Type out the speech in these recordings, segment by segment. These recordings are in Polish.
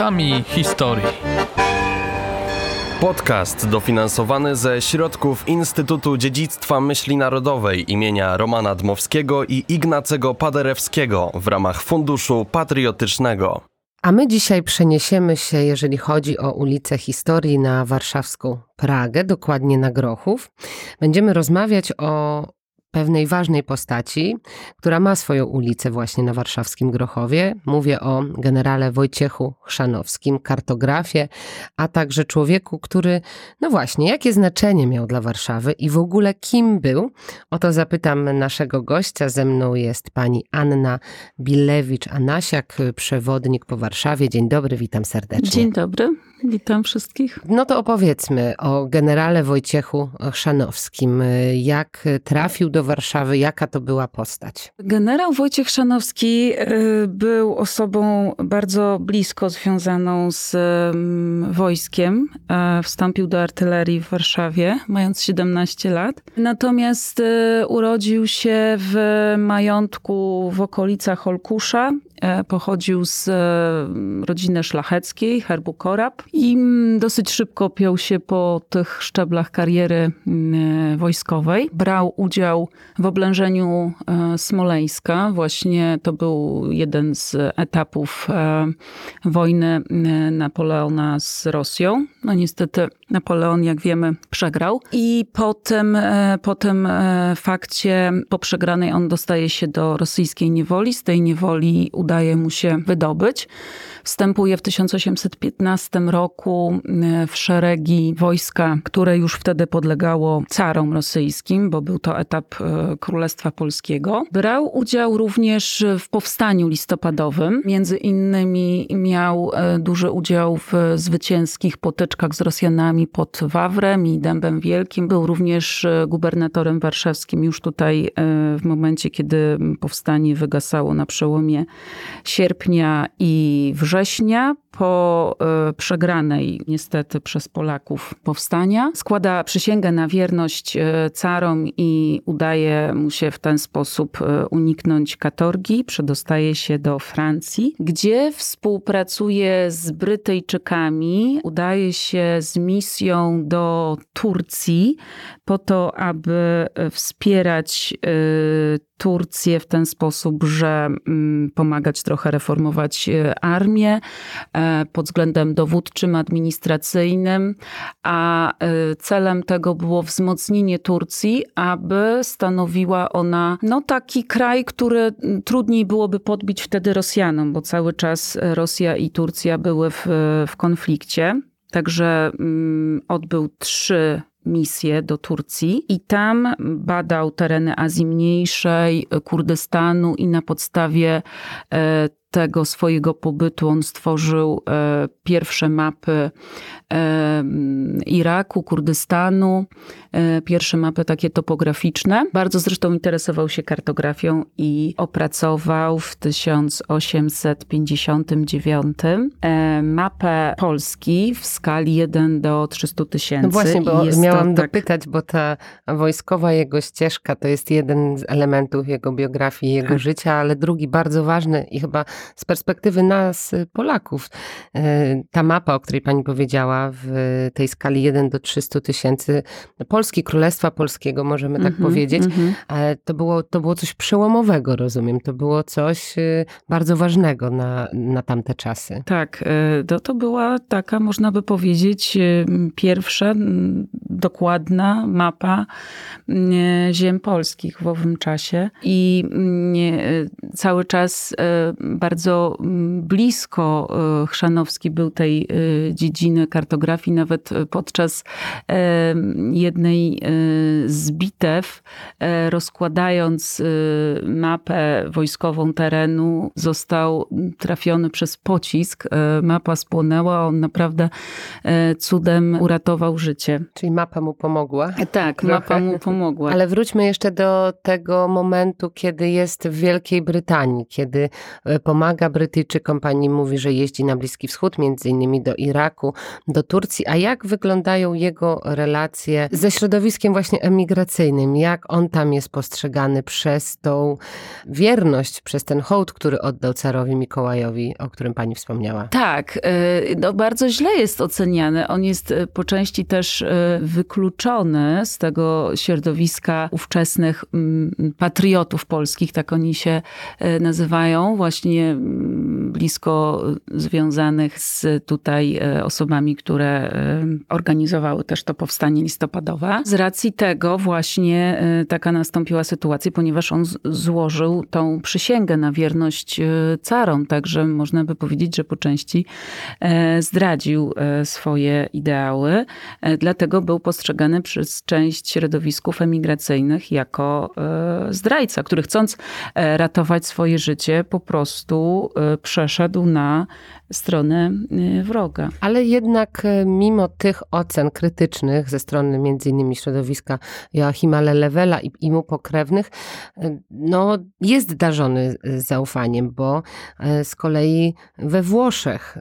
Ulicami Historii. Podcast dofinansowany ze środków Instytutu Dziedzictwa Myśli Narodowej imienia Romana Dmowskiego i Ignacego Paderewskiego w ramach Funduszu Patriotycznego. A my dzisiaj przeniesiemy się, jeżeli chodzi o ulicę historii, na warszawską Pragę, dokładnie na Grochów. Będziemy rozmawiać o pewnej ważnej postaci, która ma swoją ulicę właśnie na warszawskim Grochowie. Mówię o generale Wojciechu Chrzanowskim, kartografie, a także człowieku, który, no właśnie, jakie znaczenie miał dla Warszawy i w ogóle kim był? O to zapytam naszego gościa. Ze mną jest pani Anna Bilewicz-Anasiak, przewodnik po Warszawie. Dzień dobry, witam serdecznie. Dzień dobry, witam wszystkich. No to opowiedzmy o generale Wojciechu Chrzanowskim. Jak trafił do Warszawy, jaka to była postać? Generał Wojciech Chrzanowski był osobą bardzo blisko związaną z wojskiem. Wstąpił do artylerii w Warszawie, mając 17 lat. Natomiast urodził się w majątku w okolicach Olkusza. Pochodził z rodziny szlacheckiej, herbu Korab, i dosyć szybko piął się po tych szczeblach kariery wojskowej. Brał udział w oblężeniu Smoleńska. Właśnie to był jeden z etapów wojny Napoleona z Rosją. No niestety Napoleon, jak wiemy, przegrał. I po tym fakcie, po przegranej, on dostaje się do rosyjskiej niewoli. Z tej niewoli udaje mu się wydobyć. Wstępuje w 1815 roku w szeregi wojska, które już wtedy podlegało carom rosyjskim, bo był to etap Królestwa Polskiego. Brał udział również w powstaniu listopadowym. Między innymi miał duży udział w zwycięskich potyczkach z Rosjanami pod Wawrem i Dębem Wielkim. Był również gubernatorem warszawskim już tutaj w momencie, kiedy powstanie wygasało na przełomie sierpnia i września. Po przegranej niestety przez Polaków powstania. Składa przysięgę na wierność carom i udaje mu się w ten sposób uniknąć katorgi. Przedostaje się do Francji, gdzie współpracuje z Brytyjczykami. Udaje się z misją do Turcji po to, aby wspierać Turcję w ten sposób, że pomagać trochę reformować armię pod względem dowódczym, administracyjnym, a celem tego było wzmocnienie Turcji, aby stanowiła ona taki kraj, który trudniej byłoby podbić wtedy Rosjanom, bo cały czas Rosja i Turcja były w konflikcie. Także odbył 3 misję do Turcji i tam badał tereny Azji Mniejszej, Kurdystanu i na podstawie tego swojego pobytu on stworzył pierwsze mapy Iraku, Kurdystanu, pierwsze mapy takie topograficzne. Bardzo zresztą interesował się kartografią i opracował w 1859 mapę Polski w skali 1 do 300 tysięcy. No właśnie, bo miałam dopytać, bo ta wojskowa jego ścieżka to jest jeden z elementów jego biografii, jego życia, ale drugi bardzo ważny i chyba z perspektywy nas, Polaków. Ta mapa, o której pani powiedziała, w tej skali 1 do 300 tysięcy, Polski, Królestwa Polskiego, możemy tak powiedzieć, ale to było coś przełomowego, rozumiem. To było coś bardzo ważnego na tamte czasy. Tak, to była taka, można by powiedzieć, pierwsza dokładna mapa ziem polskich w owym czasie i cały czas bardzo blisko Chrzanowski był tej dziedziny kartografii. Nawet podczas jednej z bitew, rozkładając mapę wojskową terenu, został trafiony przez pocisk. Mapa spłonęła, on naprawdę cudem uratował życie. Czyli mapa mapa mu pomogła. Tak, mapa mu pomogła. Ale wróćmy jeszcze do tego momentu, kiedy jest w Wielkiej Brytanii, kiedy pomaga Brytyjczykom, pani mówi, że jeździ na Bliski Wschód, między innymi do Iraku, do Turcji. A jak wyglądają jego relacje ze środowiskiem właśnie emigracyjnym? Jak on tam jest postrzegany przez tą wierność, przez ten hołd, który oddał carowi Mikołajowi, o którym pani wspomniała? Tak, no bardzo źle jest oceniany. On jest po części też wykluczony z tego środowiska ówczesnych patriotów polskich, tak oni się nazywają, właśnie blisko związanych z tutaj osobami, które organizowały też to powstanie listopadowe. Z racji tego właśnie taka nastąpiła sytuacja, ponieważ on złożył tą przysięgę na wierność carom, także można by powiedzieć, że po części zdradził swoje ideały, dlatego był postrzegany przez część środowisków emigracyjnych jako zdrajca, który chcąc ratować swoje życie, po prostu przeszedł na stronę wroga. Ale jednak mimo tych ocen krytycznych ze strony między innymi środowiska Joachima Lelewela i mu pokrewnych, no jest darzony zaufaniem, bo z kolei we Włoszech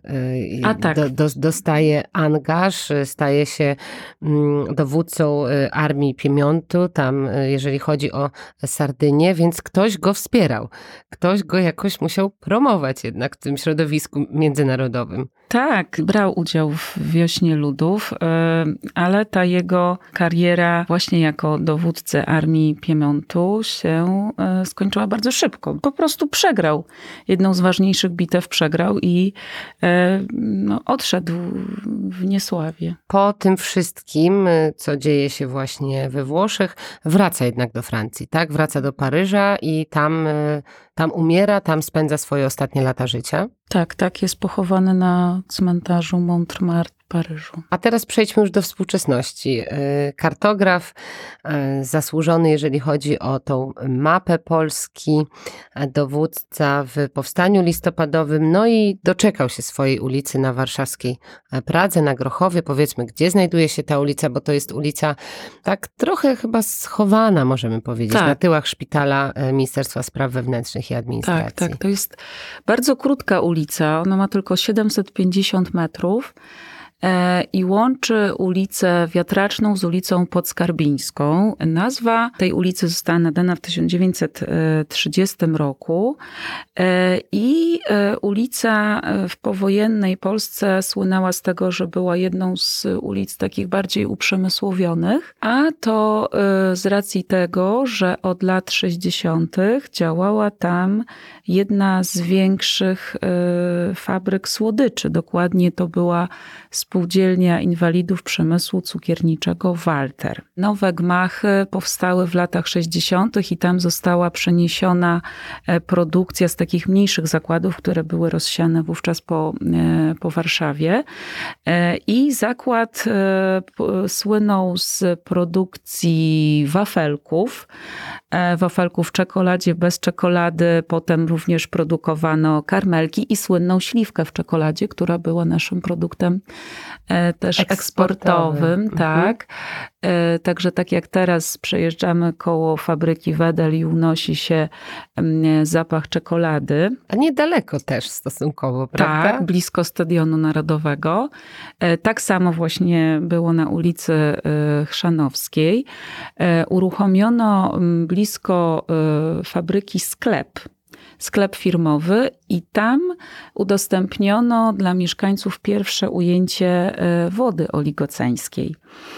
dostaje angaż, staje się dowódcą armii Piemiontu, tam jeżeli chodzi o Sardynię, więc ktoś go wspierał. Ktoś go jakoś musiał promować jednak w tym środowisku międzynarodowym. Tak, brał udział w Wiośnie Ludów, ale ta jego kariera właśnie jako dowódcy armii Piemiontu się skończyła bardzo szybko. Po prostu przegrał. Jedną z ważniejszych bitew przegrał i odszedł w niesławie. Po tym wszystkim, co dzieje się właśnie we Włoszech, wraca jednak do Francji, tak? Wraca do Paryża i tam umiera, tam spędza swoje ostatnie lata życia. Tak, jest pochowany na cmentarzu Montmartre w Paryżu. A teraz przejdźmy już do współczesności. Kartograf zasłużony, jeżeli chodzi o tą mapę Polski, dowódca w powstaniu listopadowym, no i doczekał się swojej ulicy na warszawskiej Pradze, na Grochowie. Powiedzmy, gdzie znajduje się ta ulica, bo to jest ulica tak trochę chyba schowana, możemy powiedzieć, na tyłach szpitala Ministerstwa Spraw Wewnętrznych i Administracji. Tak, to jest bardzo krótka ulica, ona ma tylko 750 metrów. I łączy ulicę Wiatraczną z ulicą Podskarbińską. Nazwa tej ulicy została nadana w 1930 roku i ulica w powojennej Polsce słynęła z tego, że była jedną z ulic takich bardziej uprzemysłowionych, a to z racji tego, że od lat 60. działała tam jedna z większych fabryk słodyczy. Dokładnie to była Spółdzielnia Inwalidów Przemysłu Cukierniczego Walter. Nowe gmachy powstały w latach 60. i tam została przeniesiona produkcja z takich mniejszych zakładów, które były rozsiane wówczas po Warszawie. I zakład słynął z produkcji wafelków w czekoladzie, bez czekolady. Potem również produkowano karmelki i słynną śliwkę w czekoladzie, która była naszym produktem też eksportowym. Tak. Także tak jak teraz przejeżdżamy koło fabryki Wedel i unosi się zapach czekolady. A niedaleko też stosunkowo, prawda? Tak, blisko Stadionu Narodowego. Tak samo właśnie było na ulicy Chrzanowskiej. Uruchomiono blisko fabryki sklep firmowy i tam udostępniono dla mieszkańców pierwsze ujęcie wody oligoceńskiej.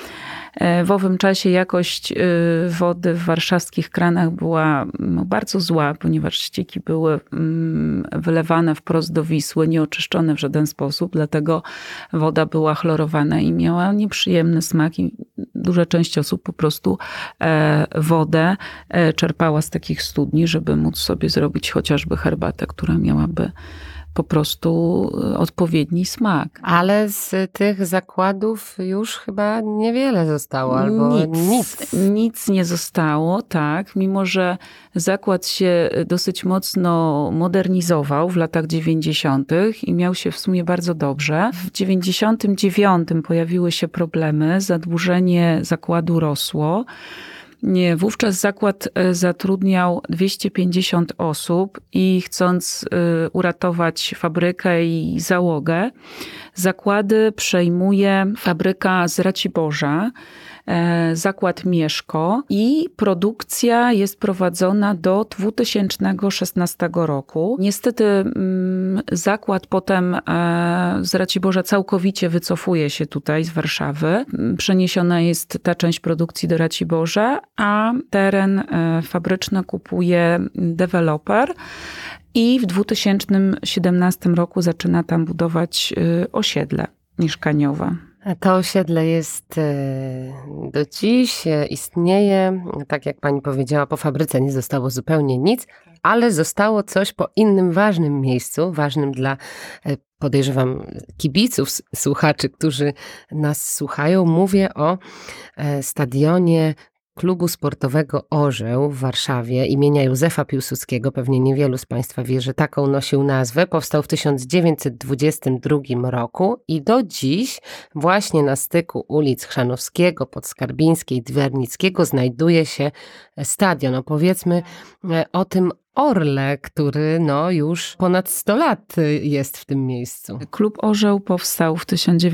W owym czasie jakość wody w warszawskich kranach była bardzo zła, ponieważ ścieki były wylewane wprost do Wisły, nieoczyszczone w żaden sposób, dlatego woda była chlorowana i miała nieprzyjemny smak i duża część osób po prostu wodę czerpała z takich studni, żeby móc sobie zrobić chociażby herbatę, która miałaby po prostu odpowiedni smak. Ale z tych zakładów już chyba niewiele zostało, albo nic. Nic nie zostało, tak. Mimo że zakład się dosyć mocno modernizował w latach 90. i miał się w sumie bardzo dobrze. W 99 pojawiły się problemy, zadłużenie zakładu rosło. Wówczas zakład zatrudniał 250 osób i chcąc uratować fabrykę i załogę, zakłady przejmuje fabryka z Raciborza, zakład Mieszko i produkcja jest prowadzona do 2016 roku. Niestety zakład potem z Raciborza całkowicie wycofuje się tutaj z Warszawy. Przeniesiona jest ta część produkcji do Raciborza, a teren fabryczny kupuje deweloper. I w 2017 roku zaczyna tam budować osiedle mieszkaniowe. To osiedle jest do dziś, istnieje. Tak jak pani powiedziała, po fabryce nie zostało zupełnie nic, ale zostało coś po innym ważnym miejscu, ważnym dla, podejrzewam, kibiców, słuchaczy, którzy nas słuchają. Mówię o stadionie Klubu Sportowego Orzeł w Warszawie imienia Józefa Piłsudskiego. Pewnie niewielu z Państwa wie, że taką nosił nazwę. Powstał w 1922 roku i do dziś właśnie na styku ulic Chrzanowskiego, Podskarbińskiej, Dwernickiego znajduje się stadion. Opowiedzmy o tym Orle, który już ponad 100 lat jest w tym miejscu. Klub Orzeł powstał w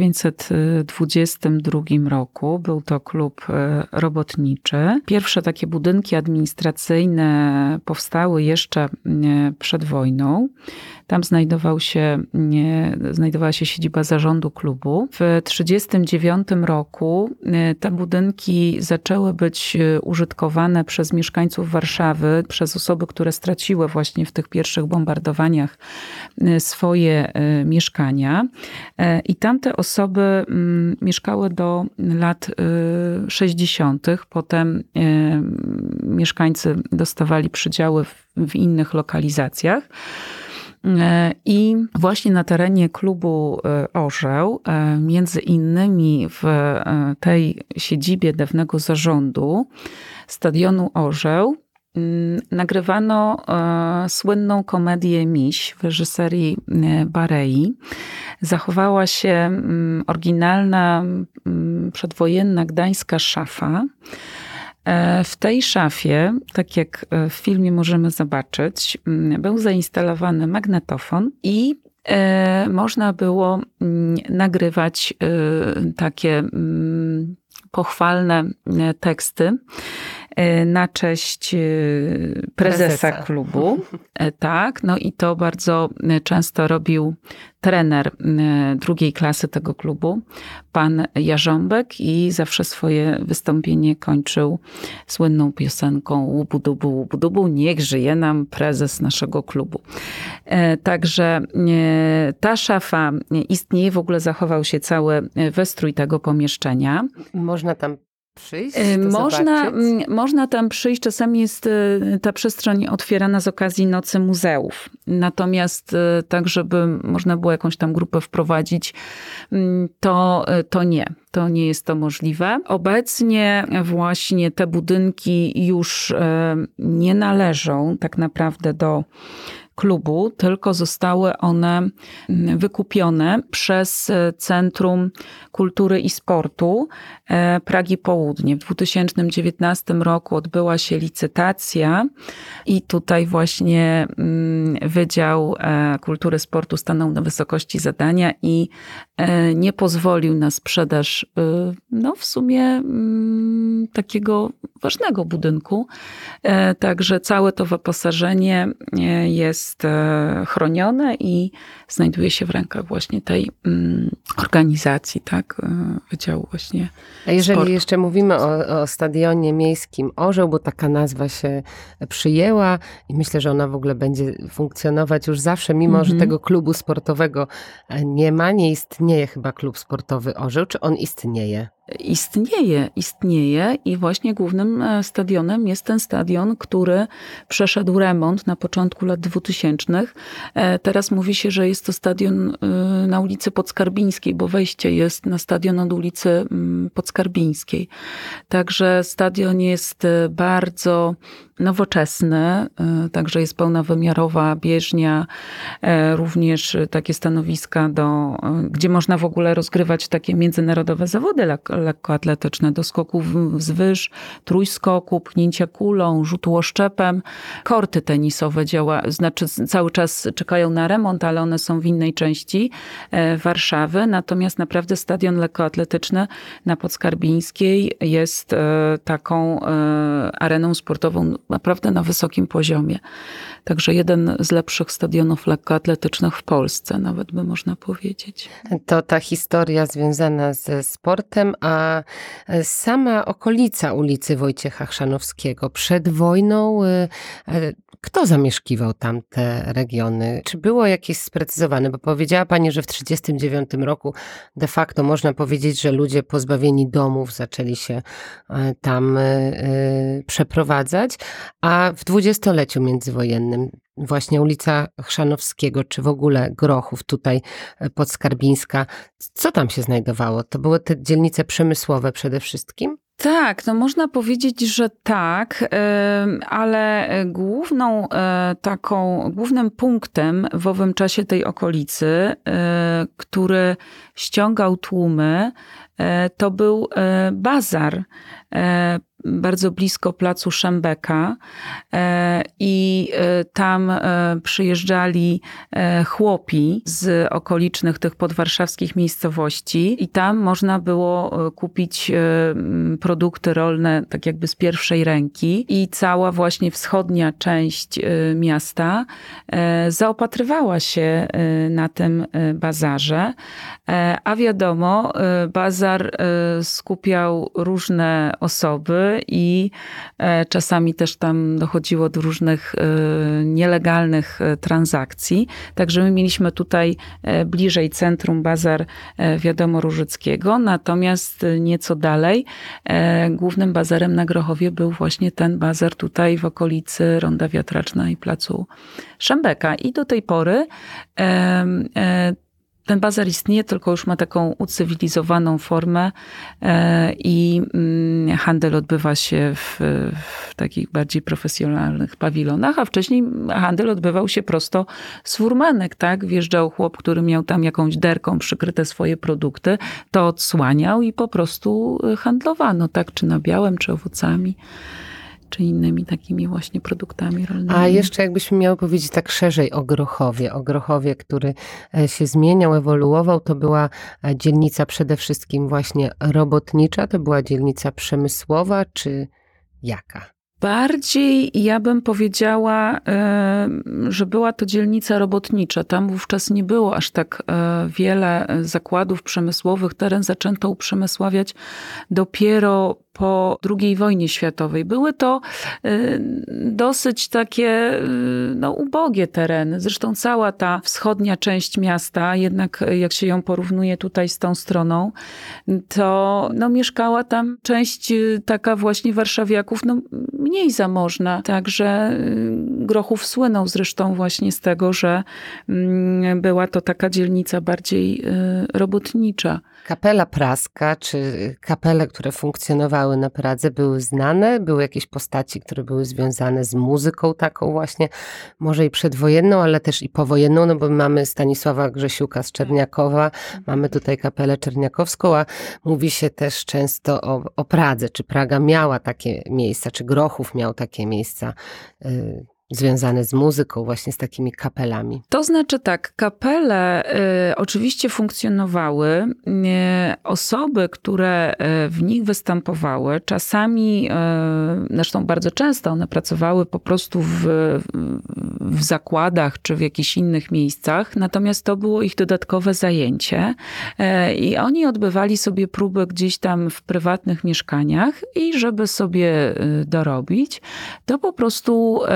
1922 roku. Był to klub robotniczy. Pierwsze takie budynki administracyjne powstały jeszcze przed wojną. Tam znajdowała się siedziba zarządu klubu. W 1939 roku te budynki zaczęły być użytkowane przez mieszkańców Warszawy, przez osoby, które straciły właśnie w tych pierwszych bombardowaniach swoje mieszkania. I tamte osoby mieszkały do lat 60. Potem mieszkańcy dostawali przydziały w innych lokalizacjach. I właśnie na terenie klubu Orzeł, między innymi w tej siedzibie dawnego zarządu stadionu Orzeł, nagrywano słynną komedię Miś w reżyserii Barei. Zachowała się oryginalna przedwojenna gdańska szafa. W tej szafie, tak jak w filmie możemy zobaczyć, był zainstalowany magnetofon i można było nagrywać takie pochwalne teksty na cześć prezesa klubu. Tak, i to bardzo często robił trener drugiej klasy tego klubu, pan Jarząbek, i zawsze swoje wystąpienie kończył słynną piosenką łubu-dubu, łubu-dubu, niech żyje nam prezes naszego klubu. Także ta szafa istnieje, w ogóle zachował się cały wystrój tego pomieszczenia. Można tam przyjść? Można tam przyjść. Czasami jest ta przestrzeń otwierana z okazji Nocy Muzeów. Natomiast tak, żeby można było jakąś tam grupę wprowadzić, to nie jest to możliwe. Obecnie właśnie te budynki już nie należą tak naprawdę do klubu, tylko zostały one wykupione przez Centrum Kultury i Sportu Pragi Południe. W 2019 roku odbyła się licytacja i tutaj właśnie Wydział Kultury Sportu stanął na wysokości zadania i nie pozwolił na sprzedaż w sumie takiego ważnego budynku. Także całe to wyposażenie jest chronione i znajduje się w rękach właśnie tej organizacji, tak, Wydziału właśnie A jeżeli Sportu. jeszcze mówimy o stadionie miejskim Orzeł, bo taka nazwa się przyjęła i myślę, że ona w ogóle będzie funkcjonować już zawsze, mimo że tego klubu sportowego nie ma, nie istnieje chyba klub sportowy Orzeł, czy on istnieje? Istnieje i właśnie głównym stadionem jest ten stadion, który przeszedł remont na początku lat 2000. Teraz mówi się, że jest to stadion na ulicy Podskarbińskiej, bo wejście jest na stadion od ulicy Podskarbińskiej. Także stadion jest bardzo nowoczesny, także jest pełnowymiarowa bieżnia, również takie stanowiska, gdzie można w ogóle rozgrywać takie międzynarodowe zawody lekkoatletyczne, do skoków wzwyż, trójskoku, pchnięcia kulą, rzutu oszczepem. Korty tenisowe cały czas czekają na remont, ale one są w innej części Warszawy. Natomiast naprawdę stadion lekkoatletyczny na Podskarbińskiej jest taką areną sportową naprawdę na wysokim poziomie. Także jeden z lepszych stadionów lekkoatletycznych w Polsce, nawet by można powiedzieć. To ta historia związana ze sportem, a sama okolica ulicy Wojciecha Chrzanowskiego. Przed wojną kto zamieszkiwał tamte regiony? Czy było jakieś sprecyzowane? Bo powiedziała Pani, że w 1939 roku de facto można powiedzieć, że ludzie pozbawieni domów zaczęli się tam przeprowadzać, a w dwudziestoleciu międzywojennym właśnie ulica Chrzanowskiego, czy w ogóle Grochów, tutaj Podskarbińska, co tam się znajdowało? To były te dzielnice przemysłowe przede wszystkim? Tak, no można powiedzieć, że tak, ale głównym punktem w owym czasie tej okolicy, który ściągał tłumy, to był bazar bardzo blisko placu Szembeka i tam przyjeżdżali chłopi z okolicznych tych podwarszawskich miejscowości i tam można było kupić produkty rolne tak jakby z pierwszej ręki i cała właśnie wschodnia część miasta zaopatrywała się na tym bazarze, a wiadomo, bazar skupiał różne osoby i czasami też tam dochodziło do różnych nielegalnych transakcji. Także my mieliśmy tutaj bliżej centrum bazar Wiadomo-Różyckiego, natomiast nieco dalej głównym bazarem na Grochowie był właśnie ten bazar tutaj w okolicy Ronda Wiatraczna i placu Szembeka. I do tej pory ten bazar istnieje, tylko już ma taką ucywilizowaną formę i handel odbywa się w takich bardziej profesjonalnych pawilonach, a wcześniej handel odbywał się prosto z furmanek, tak? Wjeżdżał chłop, który miał tam jakąś derką przykryte swoje produkty, to odsłaniał i po prostu handlowano, tak? Czy nabiałem, czy owocami, czy innymi takimi właśnie produktami rolnymi. A jeszcze jakbyśmy miały powiedzieć tak szerzej o Grochowie. O Grochowie, który się zmieniał, ewoluował, to była dzielnica przede wszystkim właśnie robotnicza, to była dzielnica przemysłowa, czy jaka? Bardziej ja bym powiedziała, że była to dzielnica robotnicza. Tam wówczas nie było aż tak wiele zakładów przemysłowych. Teren zaczęto uprzemysławiać dopiero po II wojnie światowej. Były to dosyć takie ubogie tereny. Zresztą cała ta wschodnia część miasta, jednak jak się ją porównuje tutaj z tą stroną, to mieszkała tam część taka właśnie warszawiaków, mniej zamożna. Także Grochów słynął zresztą właśnie z tego, że była to taka dzielnica bardziej robotnicza. Kapela praska, czy kapele, które funkcjonowały na Pradze, były znane? Były jakieś postaci, które były związane z muzyką taką właśnie, może i przedwojenną, ale też i powojenną, bo mamy Stanisława Grzesiuka z Czerniakowa, mamy tutaj kapelę czerniakowską, a mówi się też często o Pradze. Czy Praga miała takie miejsca, czy Grochów miał takie miejsca związane z muzyką, właśnie z takimi kapelami? To znaczy tak, kapele oczywiście funkcjonowały. Osoby, które w nich występowały, czasami, zresztą bardzo często one pracowały po prostu w zakładach czy w jakichś innych miejscach, natomiast to było ich dodatkowe zajęcie i oni odbywali sobie próby gdzieś tam w prywatnych mieszkaniach i żeby sobie dorobić, to po prostu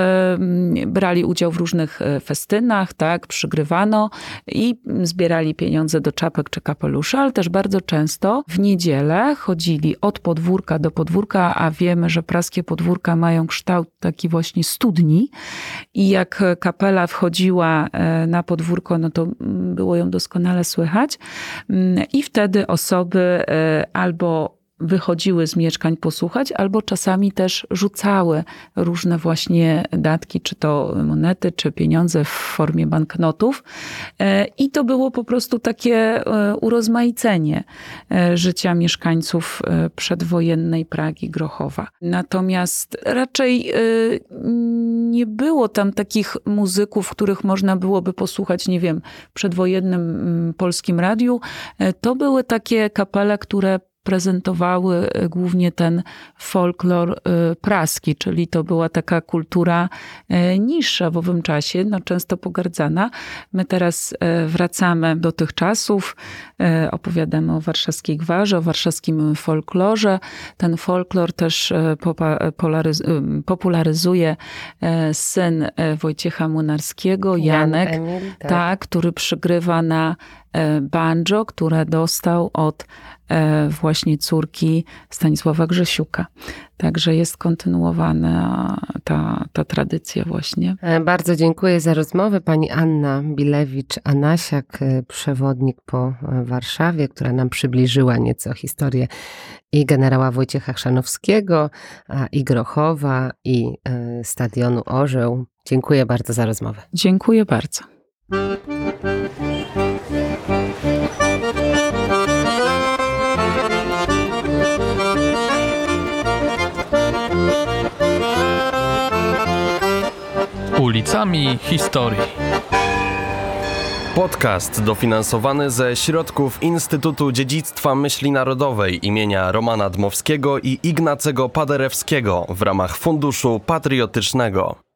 brali udział w różnych festynach, tak, przygrywano i zbierali pieniądze do czapek czy kapeluszy, ale też bardzo często w niedzielę chodzili od podwórka do podwórka, a wiemy, że praskie podwórka mają kształt taki właśnie studni i jak kapela wchodziła na podwórko, no to było ją doskonale słychać i wtedy osoby albo wychodziły z mieszkań posłuchać, albo czasami też rzucały różne właśnie datki, czy to monety, czy pieniądze w formie banknotów. I to było po prostu takie urozmaicenie życia mieszkańców przedwojennej Pragi, Grochowa. Natomiast raczej nie było tam takich muzyków, których można byłoby posłuchać, nie wiem, w przedwojennym polskim radiu. To były takie kapele, które prezentowały głównie ten folklor praski, czyli to była taka kultura niższa w owym czasie, no często pogardzana. My teraz wracamy do tych czasów, opowiadamy o warszawskiej gwarze, o warszawskim folklorze. Ten folklor też popularyzuje syn Wojciecha Młynarskiego, Janek, Emil, tak, który przygrywa na banjo, które dostał od właśnie córki Stanisława Grzesiuka. Także jest kontynuowana ta tradycja właśnie. Bardzo dziękuję za rozmowę. Pani Anna Bilewicz-Anasiak, przewodnik po Warszawie, która nam przybliżyła nieco historię i generała Wojciecha Chrzanowskiego, i Grochowa, i Stadionu Orzeł. Dziękuję bardzo za rozmowę. Dziękuję bardzo. Ulicami historii. Podcast dofinansowany ze środków Instytutu Dziedzictwa Myśli Narodowej imienia Romana Dmowskiego i Ignacego Paderewskiego w ramach Funduszu Patriotycznego.